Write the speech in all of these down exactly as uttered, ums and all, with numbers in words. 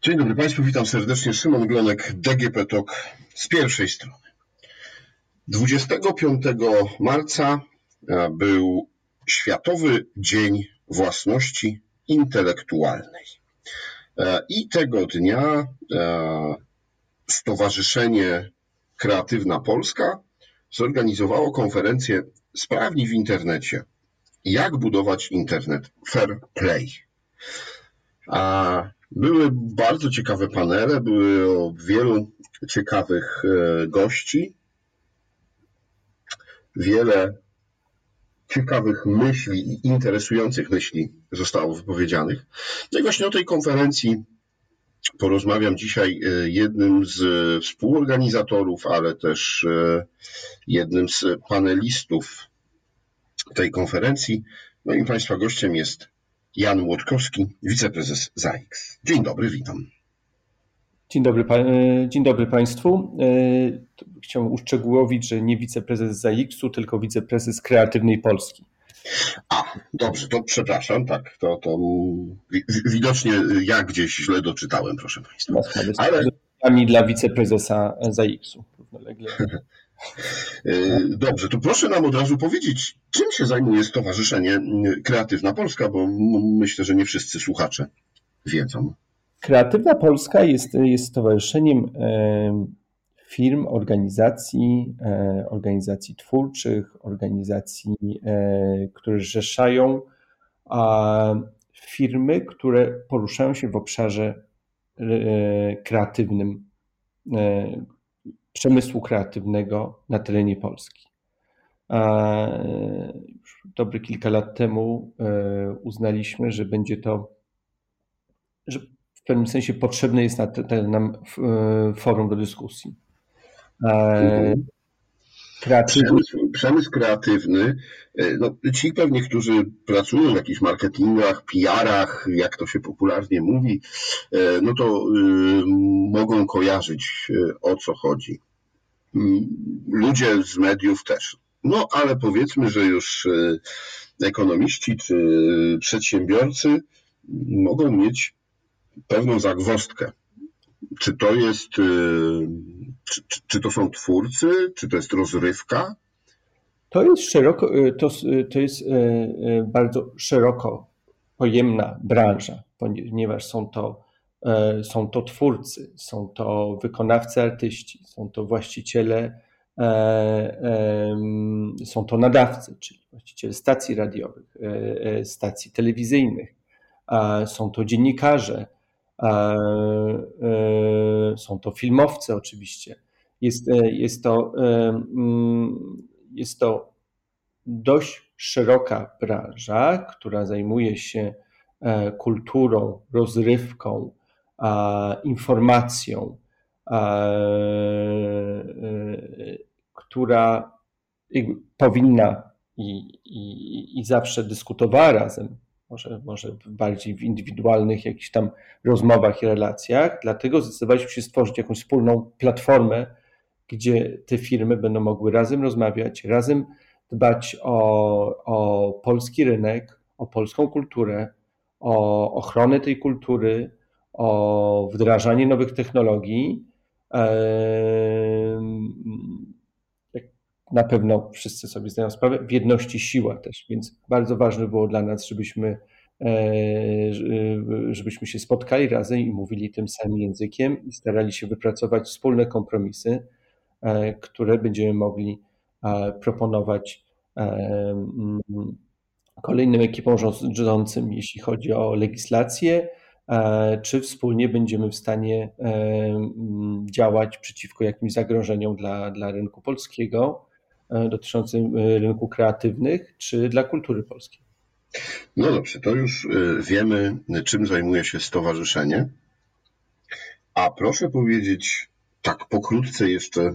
Dzień dobry Państwu, witam serdecznie. Szymon Glonek, D G P Talk z pierwszej strony. dwudziestego piątego marca był Światowy Dzień Własności Intelektualnej. I tego dnia Stowarzyszenie Kreatywna Polska zorganizowało konferencję Sprawni w internecie. Jak budować internet fair play. A były bardzo ciekawe panele, były o wielu ciekawych gości. Wiele ciekawych myśli i interesujących myśli zostało wypowiedzianych. No i właśnie o tej konferencji porozmawiam dzisiaj jednym z współorganizatorów, ale też jednym z panelistów tej konferencji. Moim Państwa gościem jest Jan Młotkowski, wiceprezes ZAIKS. Dzień dobry, witam. Dzień dobry, dzień dobry Państwu. Chciałbym uszczegółowić, że nie wiceprezes ZAIKS-u, tylko wiceprezes Kreatywnej Polski. A, dobrze, to przepraszam, tak, to, to widocznie ja gdzieś źle doczytałem, proszę Państwa. Ale dla wiceprezesa ZAIKS-u równolegle. Dobrze, to proszę nam od razu powiedzieć, czym się zajmuje Stowarzyszenie Kreatywna Polska, bo myślę, że nie wszyscy słuchacze wiedzą. Kreatywna Polska jest, jest stowarzyszeniem firm, organizacji, organizacji twórczych, organizacji, które zrzeszają firmy, które poruszają się w obszarze kreatywnym, przemysłu kreatywnego na terenie Polski. Już dobre kilka lat temu uznaliśmy, że będzie to, że w pewnym sensie potrzebne jest nam forum do dyskusji. Kreatywny. Przemysł, przemysł kreatywny, no, ci pewnie, którzy pracują w jakichś marketingach, P R-ach, jak to się popularnie mówi, no to y, mogą kojarzyć, o co chodzi. Ludzie z mediów też. No ale powiedzmy, że już ekonomiści czy przedsiębiorcy mogą mieć pewną zagwozdkę. Czy to jest, czy, czy to są twórcy, czy to jest rozrywka? To jest szeroko, to, to jest bardzo szeroko pojemna branża, ponieważ są to, są to twórcy, są to wykonawcy, artyści, są to właściciele, są to nadawcy, czyli właściciele stacji radiowych, stacji telewizyjnych, są to dziennikarze, są to filmowcy oczywiście. Jest, jest, to, jest to dość szeroka branża, która zajmuje się kulturą, rozrywką, informacją, która powinna i, i, i zawsze dyskutowała razem, może, może bardziej w indywidualnych jakichś tam rozmowach i relacjach. Dlatego zdecydowaliśmy się stworzyć jakąś wspólną platformę, gdzie te firmy będą mogły razem rozmawiać, razem dbać o, o polski rynek, o polską kulturę, o ochronę tej kultury, o wdrażanie nowych technologii. Jak na pewno wszyscy sobie zdają sprawę, w jedności siła też, więc bardzo ważne było dla nas, żebyśmy, żebyśmy się spotkali razem i mówili tym samym językiem i starali się wypracować wspólne kompromisy, które będziemy mogli proponować kolejnym ekipom rządzącym, jeśli chodzi o legislację, czy wspólnie będziemy w stanie działać przeciwko jakimś zagrożeniom dla, dla rynku polskiego, dotyczącym rynku kreatywnych, czy dla kultury polskiej. No dobrze, to już wiemy, czym zajmuje się stowarzyszenie. A proszę powiedzieć tak pokrótce jeszcze,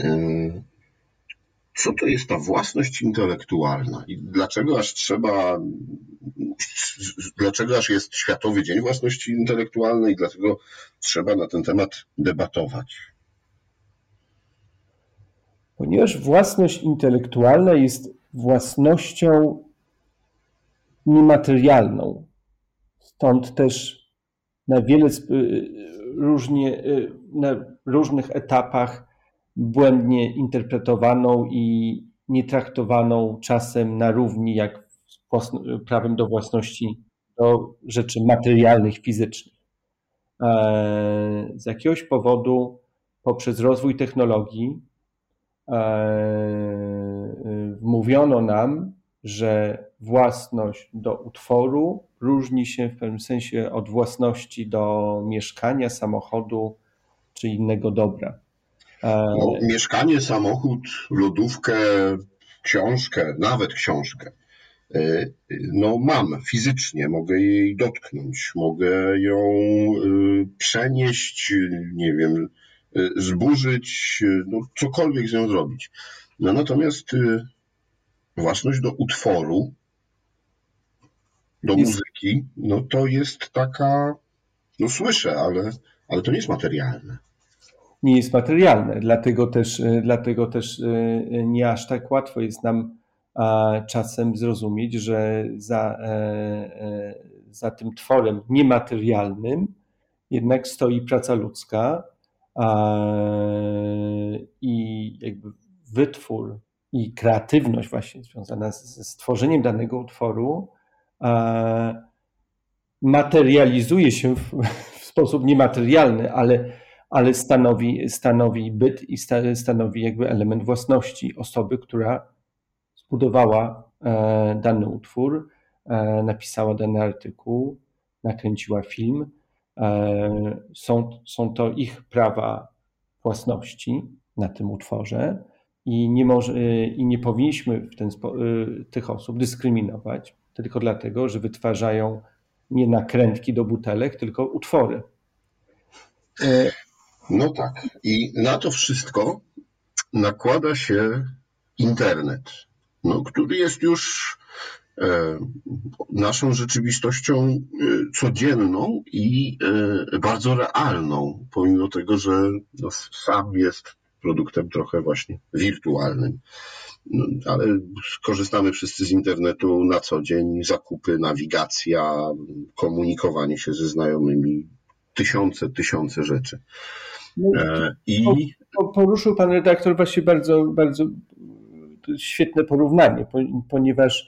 co to jest ta własność intelektualna i dlaczego aż trzeba, dlaczego aż jest Światowy Dzień Własności Intelektualnej i dlaczego trzeba na ten temat debatować? Ponieważ własność intelektualna jest własnością niematerialną, stąd też na wiele różnie, na różnych etapach błędnie interpretowaną i nie traktowaną czasem na równi jak prawem do własności do rzeczy materialnych, fizycznych. Z jakiegoś powodu poprzez rozwój technologii wmówiono nam, że własność do utworu różni się w pewnym sensie od własności do mieszkania, samochodu czy innego dobra. No, mieszkanie, samochód, lodówkę, książkę, nawet książkę. No mam fizycznie, mogę jej dotknąć, mogę ją przenieść, nie wiem, zburzyć, no cokolwiek z nią zrobić. No natomiast własność do utworu, do jest, muzyki, no to jest taka, no słyszę, ale, ale to nie jest materialne. Nie jest materialne, dlatego też, dlatego też nie aż tak łatwo jest nam czasem zrozumieć, że za, za tym tworem niematerialnym jednak stoi praca ludzka i jakby wytwór i kreatywność właśnie związana ze stworzeniem danego utworu materializuje się w, w sposób niematerialny, ale, ale stanowi, stanowi byt i stanowi jakby element własności osoby, która zbudowała dany utwór, napisała dany artykuł, nakręciła film. Są, są to ich prawa własności na tym utworze i nie, może, i nie powinniśmy w ten spo, tych osób dyskryminować tylko dlatego, że wytwarzają nie nakrętki do butelek, tylko utwory. No tak. I na to wszystko nakłada się internet, no, który jest już e, naszą rzeczywistością codzienną i e, bardzo realną, pomimo tego, że no, sam jest produktem trochę właśnie wirtualnym. No, ale korzystamy wszyscy z internetu na co dzień, zakupy, nawigacja, komunikowanie się ze znajomymi, tysiące, tysiące rzeczy. No, I poruszył pan redaktor właśnie bardzo, bardzo świetne porównanie, ponieważ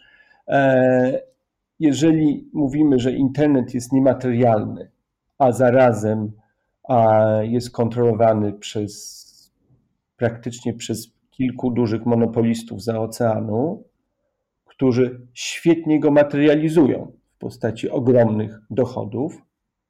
jeżeli mówimy, że internet jest niematerialny, a zarazem jest kontrolowany przez praktycznie przez kilku dużych monopolistów za oceanu, którzy świetnie go materializują w postaci ogromnych dochodów,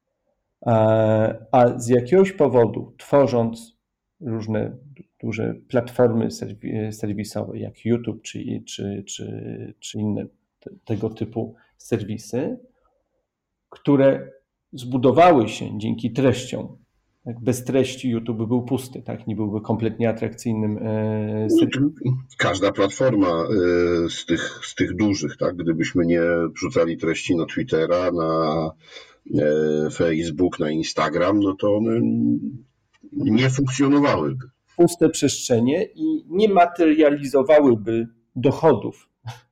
a z jakiegoś powodu, tworząc różne duże platformy serwisowe, jak YouTube czy, czy, czy, czy inne tego typu serwisy, które zbudowały się dzięki treściom. Bez treści YouTube był pusty, tak? Nie byłby kompletnie atrakcyjnym serwisem. Każda platforma z tych, z tych dużych, tak? Gdybyśmy nie wrzucali treści na Twittera, na Facebook, na Instagram, no to one nie funkcjonowałyby. Puste przestrzenie i nie materializowałyby dochodów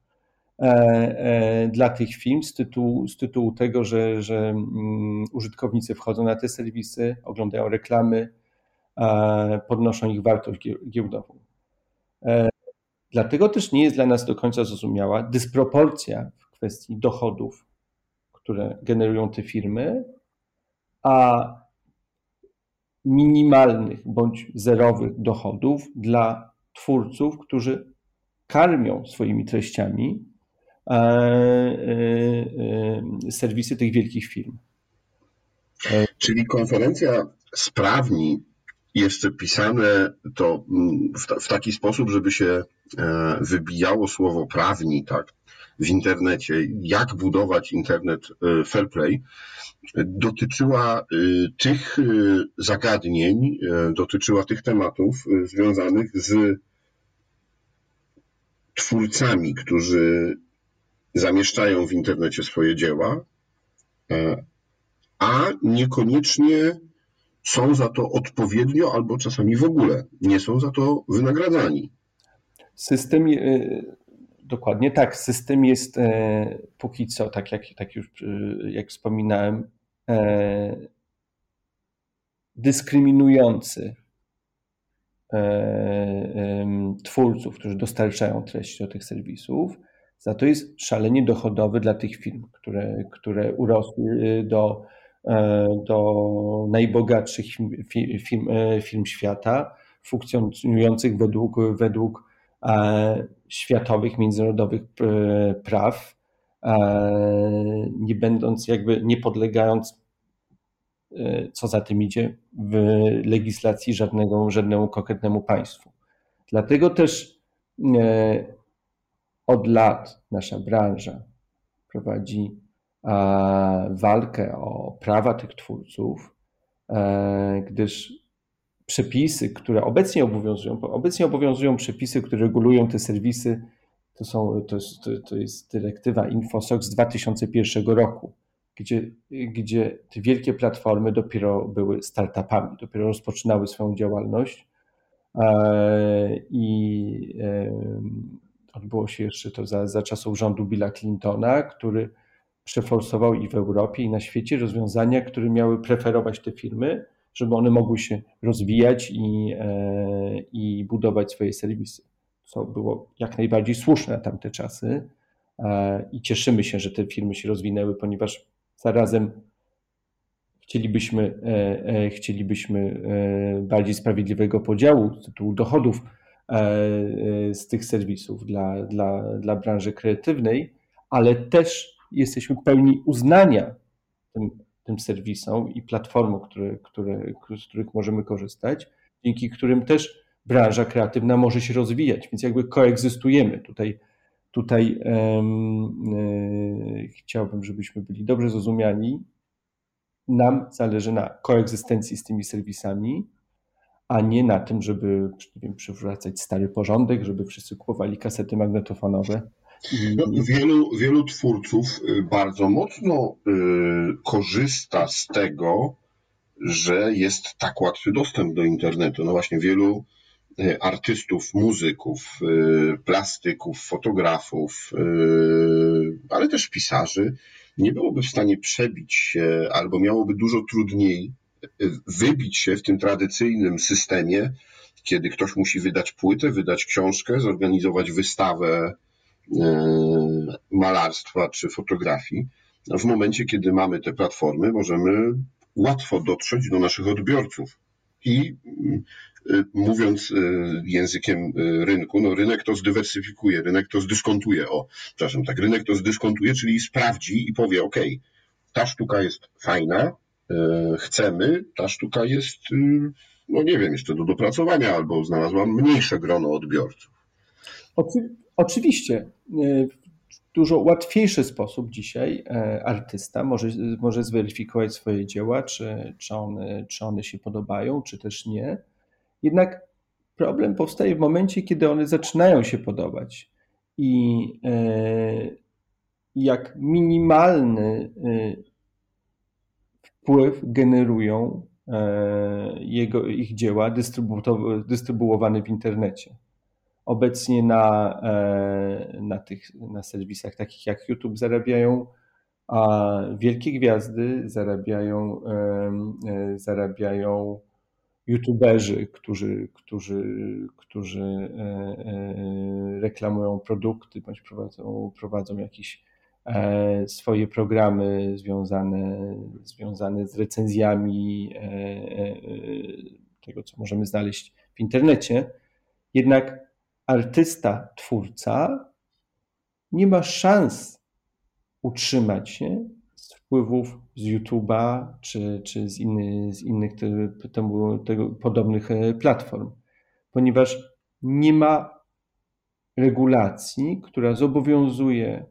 dla tych firm z tytułu, z tytułu tego, że, że użytkownicy wchodzą na te serwisy, oglądają reklamy, podnoszą ich wartość giełdową. Dlatego też nie jest dla nas do końca zrozumiała dysproporcja w kwestii dochodów, które generują te firmy, a minimalnych bądź zerowych dochodów dla twórców, którzy karmią swoimi treściami serwisy tych wielkich firm. Czyli konferencja Sprawni, jeszcze pisane to w, w taki sposób, żeby się wybijało słowo prawni, tak, w internecie, jak budować internet fair play, dotyczyła tych zagadnień, dotyczyła tych tematów związanych z twórcami, którzy zamieszczają w internecie swoje dzieła, a niekoniecznie są za to odpowiednio albo czasami w ogóle nie są za to wynagradzani. System, dokładnie tak, system jest póki co, tak jak, tak już jak wspominałem, dyskryminujący twórców, którzy dostarczają treści do tych serwisów, za to jest szalenie dochodowy dla tych firm, które, które urosły do, do najbogatszych firm, firm świata, funkcjonujących według, według światowych, międzynarodowych praw, nie będąc jakby, nie podlegając, co za tym idzie, w legislacji żadnego, żadnemu konkretnemu państwu. Dlatego też od lat nasza branża prowadzi walkę o prawa tych twórców, gdyż przepisy, które obecnie obowiązują, obecnie obowiązują przepisy, które regulują te serwisy, to, są, to, jest, to jest dyrektywa InfoSoc z dwa tysiące pierwszego roku, gdzie, gdzie te wielkie platformy dopiero były startupami, dopiero rozpoczynały swoją działalność i odbyło się jeszcze to za, za czasów rządu Billa Clintona, który przeforsował i w Europie, i na świecie rozwiązania, które miały preferować te firmy, żeby one mogły się rozwijać i, i budować swoje serwisy, co było jak najbardziej słuszne na tamte czasy i cieszymy się, że te firmy się rozwinęły, ponieważ zarazem chcielibyśmy, chcielibyśmy bardziej sprawiedliwego podziału z tytułu dochodów z tych serwisów dla, dla, dla branży kreatywnej, ale też jesteśmy pełni uznania tym, tym serwisom i platformom, które, które, z których możemy korzystać, dzięki którym też branża kreatywna może się rozwijać, więc jakby koegzystujemy. Tutaj, tutaj um, y, chciałbym, żebyśmy byli dobrze zrozumiani. Nam zależy na koegzystencji z tymi serwisami, a nie na tym, żeby, nie wiem, przywracać stary porządek, żeby wszyscy kupowali kasety magnetofonowe. No, wielu, wielu twórców bardzo mocno y, korzysta z tego, że jest tak łatwy dostęp do internetu. No właśnie wielu y, artystów, muzyków, y, plastyków, fotografów, y, ale też pisarzy nie byłoby w stanie przebić się albo miałoby dużo trudniej wybić się w tym tradycyjnym systemie, kiedy ktoś musi wydać płytę, wydać książkę, zorganizować wystawę malarstwa czy fotografii. W momencie, kiedy mamy te platformy, możemy łatwo dotrzeć do naszych odbiorców. I mówiąc językiem rynku, no rynek to zdywersyfikuje, rynek to zdyskontuje. O, przepraszam, tak, rynek to zdyskontuje, czyli sprawdzi i powie, ok, ta sztuka jest fajna, chcemy, ta sztuka jest, no nie wiem, jeszcze do dopracowania, albo znalazłam mniejsze grono odbiorców. Oczywiście. W dużo łatwiejszy sposób dzisiaj artysta może, może zweryfikować swoje dzieła, czy, czy, one, czy one się podobają, czy też nie. Jednak problem powstaje w momencie, kiedy one zaczynają się podobać. I jak minimalny wpływ generują jego, ich dzieła dystrybuowane w internecie. Obecnie na, na tych na serwisach takich jak YouTube zarabiają a wielkie gwiazdy, zarabiają, zarabiają YouTuberzy, którzy, którzy, którzy reklamują produkty bądź prowadzą, prowadzą jakieś swoje programy związane, związane z recenzjami tego, co możemy znaleźć w internecie. Jednak artysta, twórca nie ma szans utrzymać się z wpływów z YouTube'a czy, czy z, inny, z innych te, temu, tego, podobnych platform, ponieważ nie ma regulacji, która zobowiązuje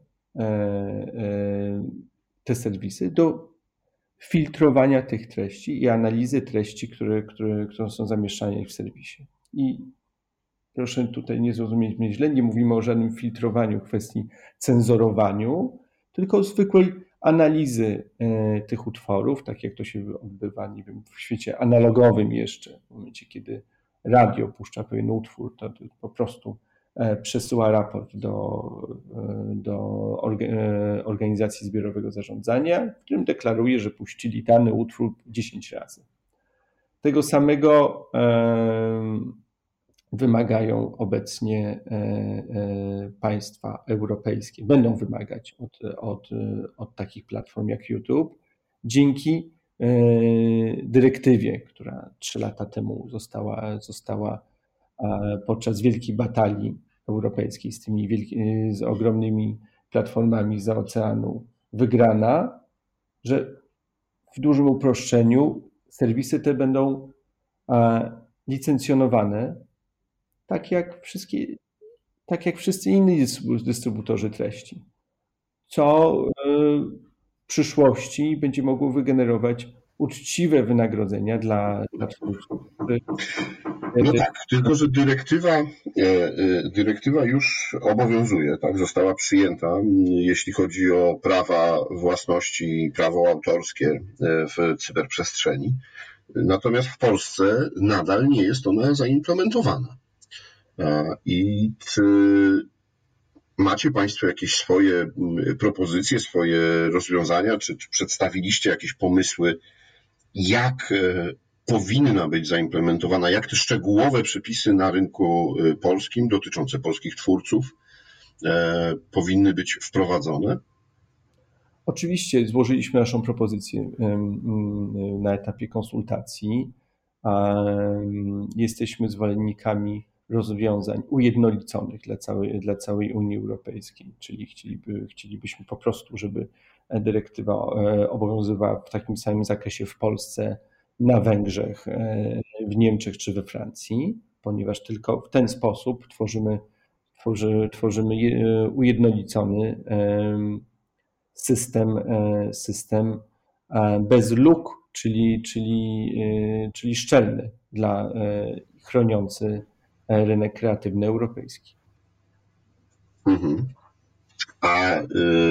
te serwisy do filtrowania tych treści i analizy treści, które, które, które są zamieszczane w serwisie. I proszę tutaj nie zrozumieć mnie źle, nie mówimy o żadnym filtrowaniu kwestii cenzurowaniu, tylko o zwykłej analizy tych utworów, tak jak to się odbywa, nie wiem, w świecie analogowym jeszcze, w momencie, kiedy radio puszcza pewien utwór, to po prostu przesyła raport do, do Organizacji Zbiorowego Zarządzania, w którym deklaruje, że puścili dany utwór dziesięć razy. Tego samego wymagają obecnie państwa europejskie, będą wymagać od, od, od takich platform jak YouTube, dzięki dyrektywie, która trzy lata temu została, została podczas wielkiej batalii europejskiej z tymi wielki, z ogromnymi platformami za oceanu wygrana, że w dużym uproszczeniu serwisy te będą licencjonowane tak jak wszystkie, tak jak wszyscy inni dystrybutorzy treści, co w przyszłości będzie mogło wygenerować uczciwe wynagrodzenia dla, dla twórców. No tak, tylko że dyrektywa, dyrektywa już obowiązuje, tak, została przyjęta, jeśli chodzi o prawa własności i prawo autorskie w cyberprzestrzeni. Natomiast w Polsce nadal nie jest ona zaimplementowana. I czy macie Państwo jakieś swoje propozycje, swoje rozwiązania, czy, czy przedstawiliście jakieś pomysły, jak powinna być zaimplementowana, jak te szczegółowe przepisy na rynku polskim dotyczące polskich twórców e, powinny być wprowadzone? Oczywiście złożyliśmy naszą propozycję na etapie konsultacji. Jesteśmy zwolennikami rozwiązań ujednoliconych dla całej, dla całej Unii Europejskiej, czyli chcieliby, chcielibyśmy po prostu, żeby dyrektywa obowiązywała w takim samym zakresie w Polsce, na Węgrzech, w Niemczech czy we Francji, ponieważ tylko w ten sposób tworzymy, tworzy, tworzymy ujednolicony system, system bez luk, czyli, czyli, czyli szczelny, dla chroniący rynek kreatywny europejski. Mhm. A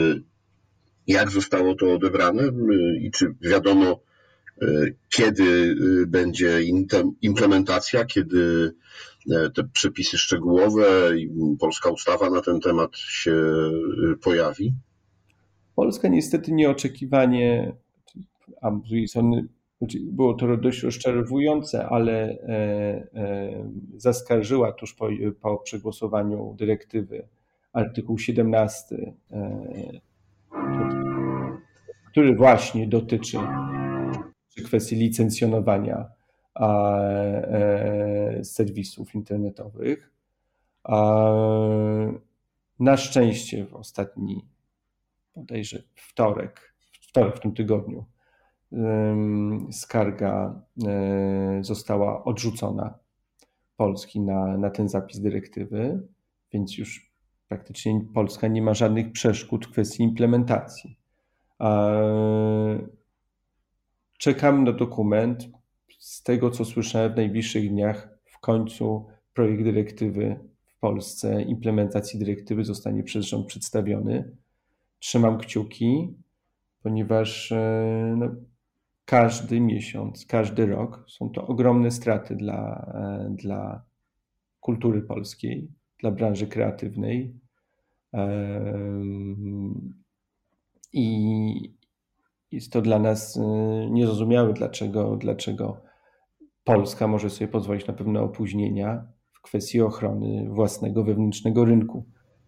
jak zostało to odebrane i czy wiadomo, kiedy będzie implementacja, kiedy te przepisy szczegółowe i polska ustawa na ten temat się pojawi? Polska niestety nieoczekiwanie, a z drugiej strony było to dość rozczarowujące, ale zaskarżyła tuż po, po przegłosowaniu dyrektywy artykuł siedemnasty, który właśnie dotyczy kwestii licencjonowania serwisów internetowych. Na szczęście w ostatni, bodajże wtorek, wtorek w tym tygodniu, skarga została odrzucona Polski na, na ten zapis dyrektywy, więc już praktycznie Polska nie ma żadnych przeszkód w kwestii implementacji. Czekam na dokument. Z tego, co słyszałem w najbliższych dniach, w końcu projekt dyrektywy w Polsce, implementacji dyrektywy zostanie przez rząd przedstawiony. Trzymam kciuki, ponieważ no, każdy miesiąc, każdy rok są to ogromne straty dla, dla kultury polskiej, dla branży kreatywnej. I jest to dla nas niezrozumiałe, dlaczego, dlaczego Polska może sobie pozwolić na pewne opóźnienia w kwestii ochrony własnego wewnętrznego rynku.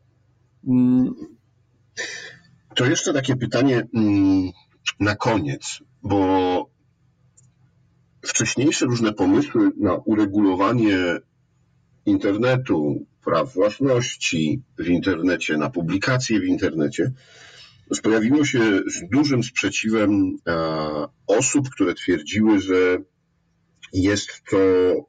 To jeszcze takie pytanie na koniec, bo wcześniejsze różne pomysły na uregulowanie internetu, praw własności w internecie, na publikacje w internecie, pojawiło się z dużym sprzeciwem osób, które twierdziły, że jest to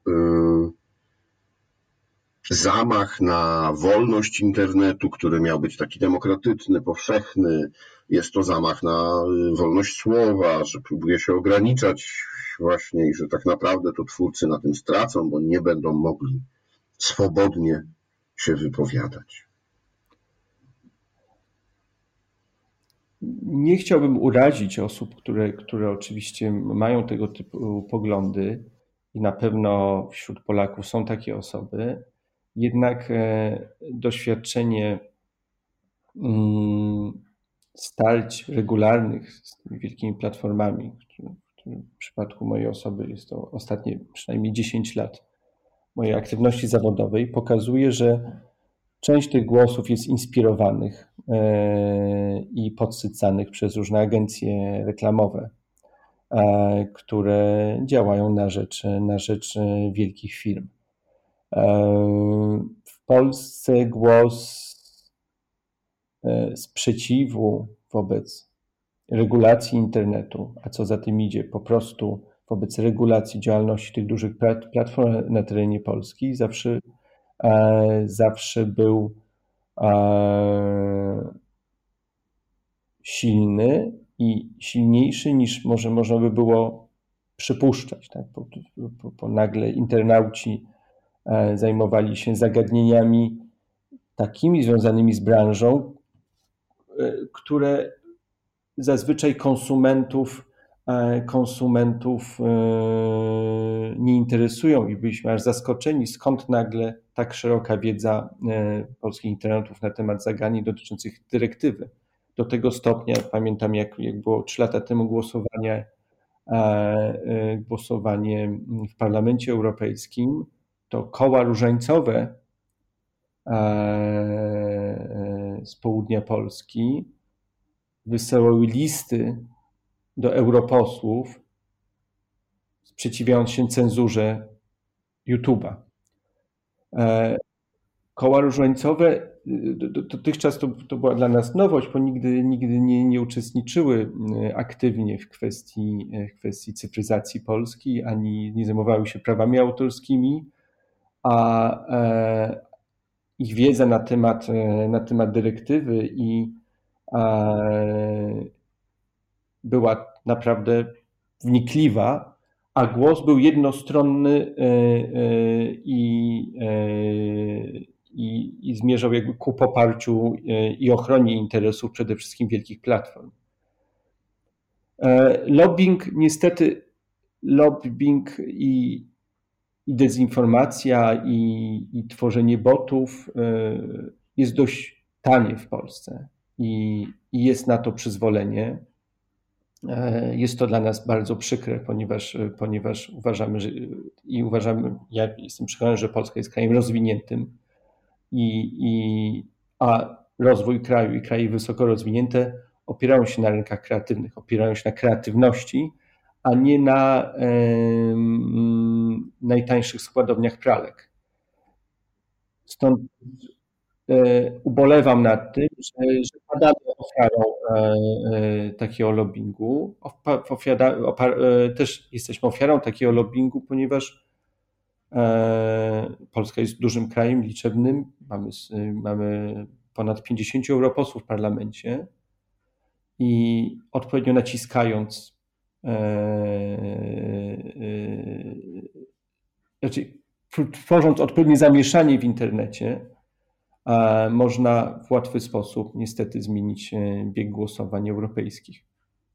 zamach na wolność internetu, który miał być taki demokratyczny, powszechny. Jest to zamach na wolność słowa, że próbuje się ograniczać właśnie i że tak naprawdę to twórcy na tym stracą, bo nie będą mogli swobodnie się wypowiadać. Nie chciałbym urazić osób, które, które oczywiście mają tego typu poglądy i na pewno wśród Polaków są takie osoby. jednak doświadczenie starć regularnych z tymi wielkimi platformami, w przypadku mojej osoby jest to ostatnie przynajmniej dziesięć lat mojej aktywności zawodowej, pokazuje, że część tych głosów jest inspirowanych i podsycanych przez różne agencje reklamowe, które działają na rzecz, na rzecz wielkich firm. W Polsce głos sprzeciwu wobec regulacji internetu, a co za tym idzie, po prostu wobec regulacji działalności tych dużych platform na terenie Polski zawsze, zawsze był silny i silniejszy niż może można by było przypuszczać. Tak? Bo, bo, bo nagle internauci zajmowali się zagadnieniami takimi związanymi z branżą, które zazwyczaj konsumentów, konsumentów nie interesują i byliśmy aż zaskoczeni, skąd nagle tak szeroka wiedza polskich internautów na temat zagadnień dotyczących dyrektywy. Do tego stopnia, pamiętam jak, jak było trzy lata temu głosowanie, głosowanie w Parlamencie Europejskim, to koła różańcowe z południa Polski wysyłały listy do europosłów, sprzeciwiając się cenzurze YouTube'a. Koła różańcowe dotychczas to, to była dla nas nowość, bo nigdy, nigdy nie, nie uczestniczyły aktywnie w kwestii, w kwestii cyfryzacji Polski, ani nie zajmowały się prawami autorskimi, a ich wiedza na temat, na temat dyrektywy i była naprawdę wnikliwa, a głos był jednostronny i, i, i zmierzał jakby ku poparciu i ochronie interesów przede wszystkim wielkich platform. Lobbying, niestety lobbying i, i dezinformacja i, i tworzenie botów jest dość tanie w Polsce i, i jest na to przyzwolenie. Jest to dla nas bardzo przykre, ponieważ, ponieważ uważamy, że, i uważamy, ja jestem przekonany, że Polska jest krajem rozwiniętym, i, i, a rozwój kraju i kraje wysoko rozwinięte opierają się na rynkach kreatywnych, opierają się na kreatywności, a nie na um, najtańszych składowniach pralek. Stąd e, ubolewam nad tym, że, że padamy ofiarą e, e, takiego lobbingu. Ofiara, opar, e, też jesteśmy ofiarą takiego lobbingu, ponieważ e, Polska jest dużym krajem liczebnym. Mamy, mamy ponad pięćdziesięciu europosłów w parlamencie i odpowiednio naciskając e, e, znaczy, tworząc odpowiednie zamieszanie w internecie, można w łatwy sposób niestety zmienić bieg głosowań europejskich.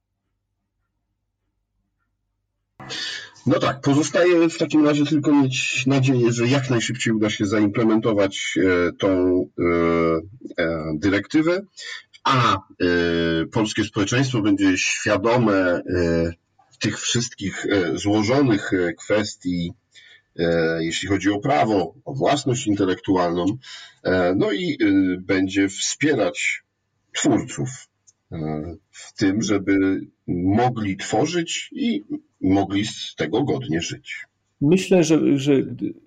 No tak, pozostaje w takim razie tylko mieć nadzieję, że jak najszybciej uda się zaimplementować tą dyrektywę, a polskie społeczeństwo będzie świadome tych wszystkich złożonych kwestii, jeśli chodzi o prawo, o własność intelektualną, no i będzie wspierać twórców w tym, żeby mogli tworzyć i mogli z tego godnie żyć. Myślę, że, że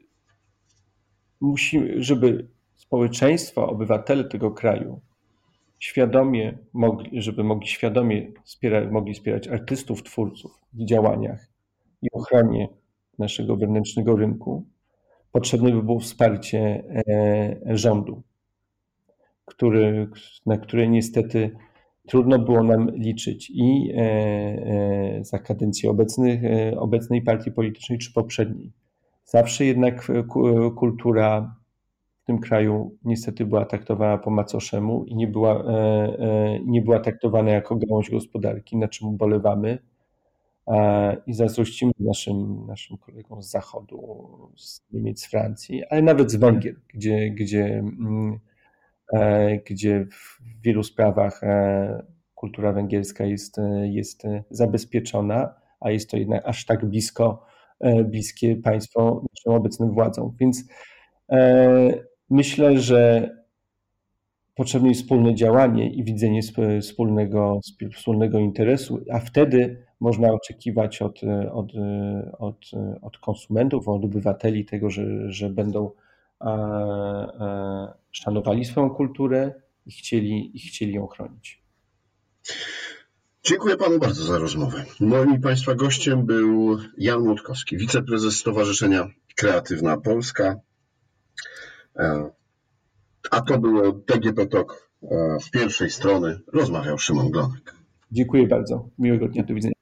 musimy, żeby społeczeństwo, obywatele tego kraju świadomie mogli, żeby mogli świadomie wspierać, mogli wspierać artystów, twórców w działaniach i ochronie naszego wewnętrznego rynku, potrzebne by było wsparcie rządu, który, na które niestety trudno było nam liczyć i za kadencji obecnych, obecnej partii politycznej czy poprzedniej. Zawsze jednak kultura w tym kraju niestety była traktowana po macoszemu i nie była, nie była traktowana jako gałąź gospodarki, na czym ubolewamy. i zazdrościmy naszym, naszym kolegom z Zachodu, z Niemiec, z Francji, ale nawet z Węgier, gdzie, gdzie, gdzie w wielu sprawach kultura węgierska jest, jest zabezpieczona, a jest to jednak aż tak blisko, bliskie państwo naszym obecnym władzom. Więc myślę, że potrzebne jest wspólne działanie i widzenie wspólnego, wspólnego interesu, a wtedy można oczekiwać od, od, od, od konsumentów, od obywateli tego, że, że będą szanowali swoją kulturę i chcieli, i chcieli ją chronić. Dziękuję panu bardzo za rozmowę. Moim i państwa gościem był Jan Młotkowski, wiceprezes Stowarzyszenia Kreatywna Polska. A to było T G P Talk z pierwszej strony. Rozmawiał Szymon Glonek. Dziękuję bardzo. Miłego dnia. Do widzenia.